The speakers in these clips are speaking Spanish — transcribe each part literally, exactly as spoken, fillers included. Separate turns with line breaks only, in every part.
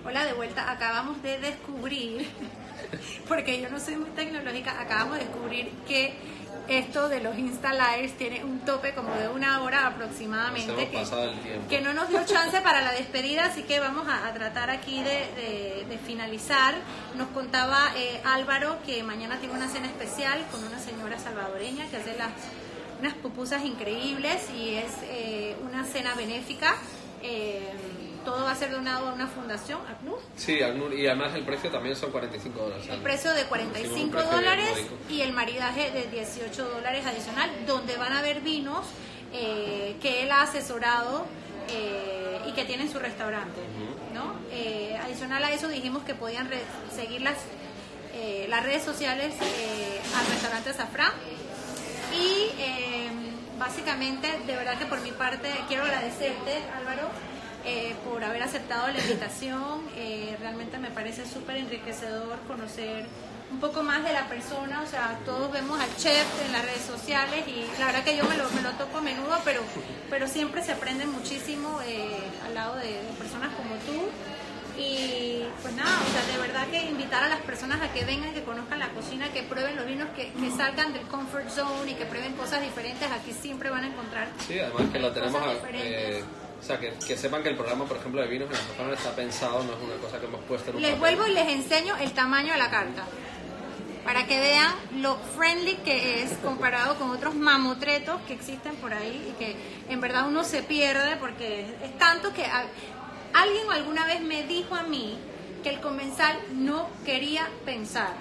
Hola, de vuelta. Acabamos de descubrir, porque yo no soy muy tecnológica, acabamos de descubrir que esto de los Insta Lives tiene un tope como de una hora aproximadamente, que, que no nos dio chance para la despedida, así que vamos a, a tratar aquí de, de, de finalizar. Nos contaba eh, Álvaro que mañana tiene una cena especial con una señora salvadoreña que hace las, unas pupusas increíbles y es eh, una cena benéfica. Eh, todo va a ser donado a una fundación, ACNUR.
Sí, ACNUR, y además el precio también son cuarenta y cinco dólares.
El precio de cuarenta y cinco dólares y el maridaje de dieciocho dólares adicional, donde van a haber vinos eh, que él ha asesorado eh, y que tiene en su restaurante, ¿no? Eh, adicional a eso dijimos que podían re- seguir las, eh, las redes sociales eh, al restaurante Safran y eh, básicamente, de verdad que por mi parte quiero agradecerte, Álvaro, Eh, por haber aceptado la invitación. Eh, realmente me parece súper enriquecedor conocer un poco más de la persona. O sea, todos vemos al chef en las redes sociales y la verdad que yo me lo, me lo toco a menudo, pero, pero siempre se aprende muchísimo eh, al lado de, de personas como tú. Y pues nada, o sea, de verdad que invitar a las personas a que vengan, que conozcan la cocina, que prueben los vinos, que, que salgan del comfort zone y que prueben cosas diferentes. Aquí siempre van a encontrar.
Sí, además que lo tenemos a, eh, o sea, que, que sepan que el programa, por ejemplo, de vinos en Azafrán está pensado, no es una cosa que hemos puesto en un
Les
papel.
vuelvo y les enseño el tamaño de la carta para que vean lo friendly que es comparado con otros mamotretos que existen por ahí y que en verdad uno se pierde porque es tanto que a, alguien alguna vez me dijo a mí que el comensal no quería pensar.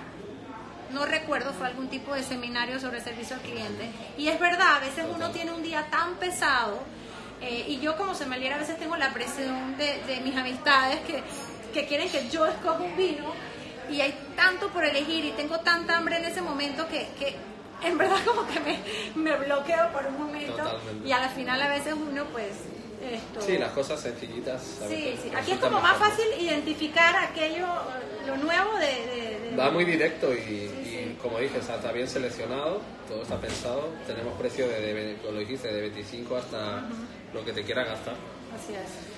No recuerdo, fue algún tipo de seminario sobre servicio al cliente. Y es verdad, a veces uno tiene un día tan pesado. Eh, y yo como sommelier a veces tengo la presión de, de mis amistades que, que quieren que yo escoja un vino y hay tanto por elegir y tengo tanta hambre en ese momento que, que en verdad como que me, me bloqueo por un momento. Totalmente. Y a la final a veces uno pues esto...
Sí, las cosas sencillitas.
Sí, sí. Aquí es como más fácil identificar aquello, lo nuevo de... de, de...
Va muy directo y, sí,
sí.
y como dije, está bien seleccionado, todo está pensado, tenemos precio de, de, como lo dijiste, de veinticinco hasta uh-huh. lo que te quieras gastar.
Así es.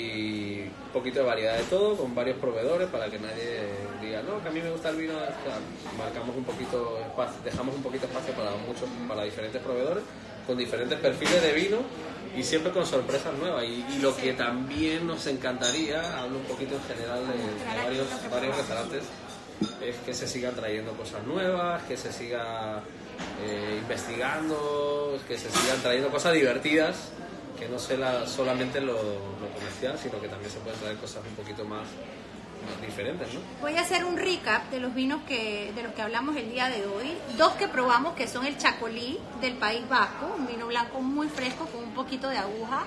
Y un poquito de variedad de todo, con varios proveedores para que nadie diga, no, que a mí me gusta el vino, o sea, marcamos un poquito espacio, dejamos un poquito espacio para muchos, para diferentes proveedores, con diferentes perfiles de vino y siempre con sorpresas nuevas. Y, y lo que también nos encantaría, hablo un poquito en general de, de varios, varios restaurantes, es que se sigan trayendo cosas nuevas, que se siga eh, investigando, que se sigan trayendo cosas divertidas, que no sea solamente lo, lo comercial, sino que también se pueden traer cosas un poquito más, más diferentes, ¿no?
Voy a hacer un recap de los vinos que, de los que hablamos el día de hoy. Dos que probamos, que son el Chacolí del País Vasco, un vino blanco muy fresco con un poquito de aguja,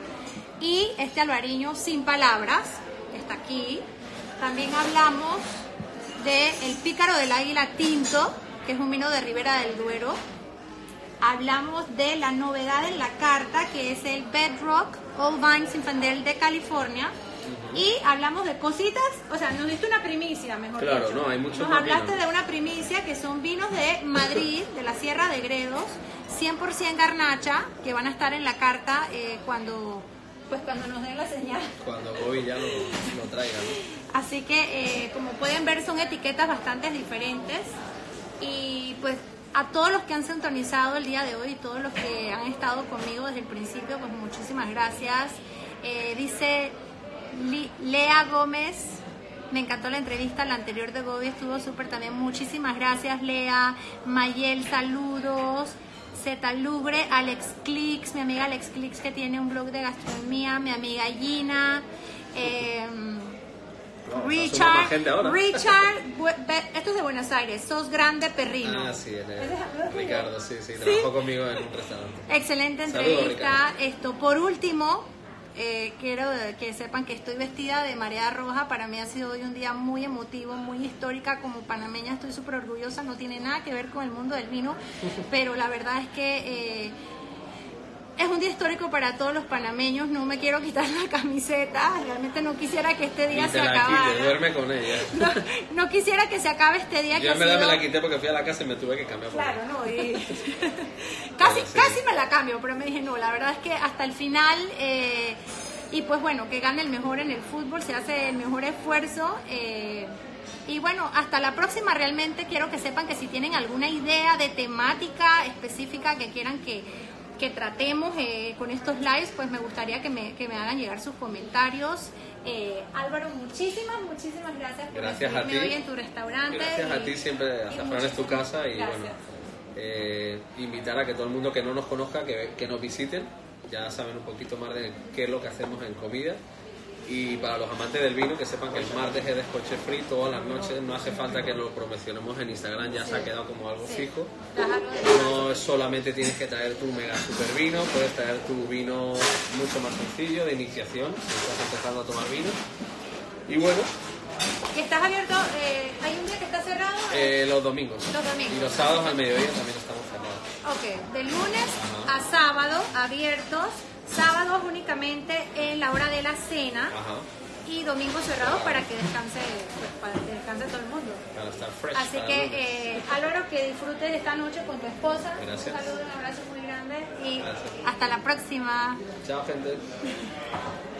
y este albariño Sin Palabras, que está aquí. También hablamos de el Pícaro del Águila Tinto, que es un vino de Ribera del Duero. Hablamos de la novedad en la carta, que es el Bedrock Old Vine Zinfandel de California. Uh-huh. Y hablamos de cositas, o sea, nos diste una primicia, mejor
claro,
dicho.
No, hay muchos
nos hablaste vinos. De una primicia, que son vinos de Madrid, de la Sierra de Gredos, cien por ciento garnacha, que van a estar en la carta eh, cuando... Pues cuando nos den la señal.
Cuando Bobby ya lo, lo traiga, ¿no?
Así que, eh, como pueden ver, son etiquetas bastante diferentes. Y pues a todos los que han sintonizado el día de hoy y todos los que han estado conmigo desde el principio, pues muchísimas gracias. Eh, dice Li- Lea Gómez, me encantó la entrevista, la anterior de Bobby estuvo súper también. Muchísimas gracias, Lea. Mayel, saludos. Z Lugre, Alex Clicks, mi amiga Alex Clicks que tiene un blog de gastronomía, mi amiga Gina, eh,
wow,
Richard, Richard, esto es de Buenos Aires, Sos Grande Perrino.
Ah, sí, él es Ricardo, sí, sí, trabajó ¿Sí? conmigo en un restaurante.
Excelente entrevista. Saludos, esto, por último, eh, quiero que sepan que estoy vestida de marea roja. Para mí ha sido hoy un día muy emotivo, muy histórica. Como panameña estoy súper orgullosa, no tiene nada que ver con el mundo del vino, pero la verdad es que eh, es un día histórico para todos los panameños. No me quiero quitar la camiseta, realmente no quisiera que este día
y te
se
la
acabara.
Quite, duerme con ella.
No, no quisiera que se acabe este día.
Yo
que
en verdad
sido...
me la quité porque fui a la casa y me tuve que cambiar.
Claro, no, y... casi, sí. casi me la cambio, pero me dije no, la verdad es que hasta el final... Eh, y pues bueno, que gane el mejor en el fútbol, se hace el mejor esfuerzo. Eh, y bueno, hasta la próxima. Realmente quiero que sepan que si tienen alguna idea de temática específica que quieran que, que tratemos eh, con estos lives, pues me gustaría que me, que me hagan llegar sus comentarios. Eh, Álvaro, muchísimas, muchísimas gracias por
gracias
recibirme hoy en tu restaurante.
Gracias
y,
a ti, siempre Azafrán es tu casa y
gracias.
bueno, eh, invitar a que todo el mundo que no nos conozca, que, que nos visiten, ya saben un poquito más de qué es lo que hacemos en comida. Y para los amantes del vino, que sepan que el martes es descorche free todas las noches, no hace falta que lo promocionemos en Instagram, ya sí. Se ha quedado como algo sí. fijo. No solamente tienes que traer tu mega super vino, puedes traer tu vino mucho más sencillo, de iniciación, si estás empezando a tomar vino. Y bueno.
¿Y estás abierto? Eh, ¿Hay un día que está cerrado?
Eh, los domingos.
Los domingos.
Y los sábados al mediodía también estamos cerrados.
Ok, de lunes
Ajá.
a sábado abiertos. Sábados únicamente en la hora de la cena.
Ajá.
Y domingos cerrados para que descanse, pues, para que descanse todo el mundo.
Para estar fresh.
Así que, eh, Álvaro, que disfrutes esta noche con tu esposa.
Gracias.
Un saludo, un abrazo muy grande y
Gracias.
hasta la próxima.
Chao, gente.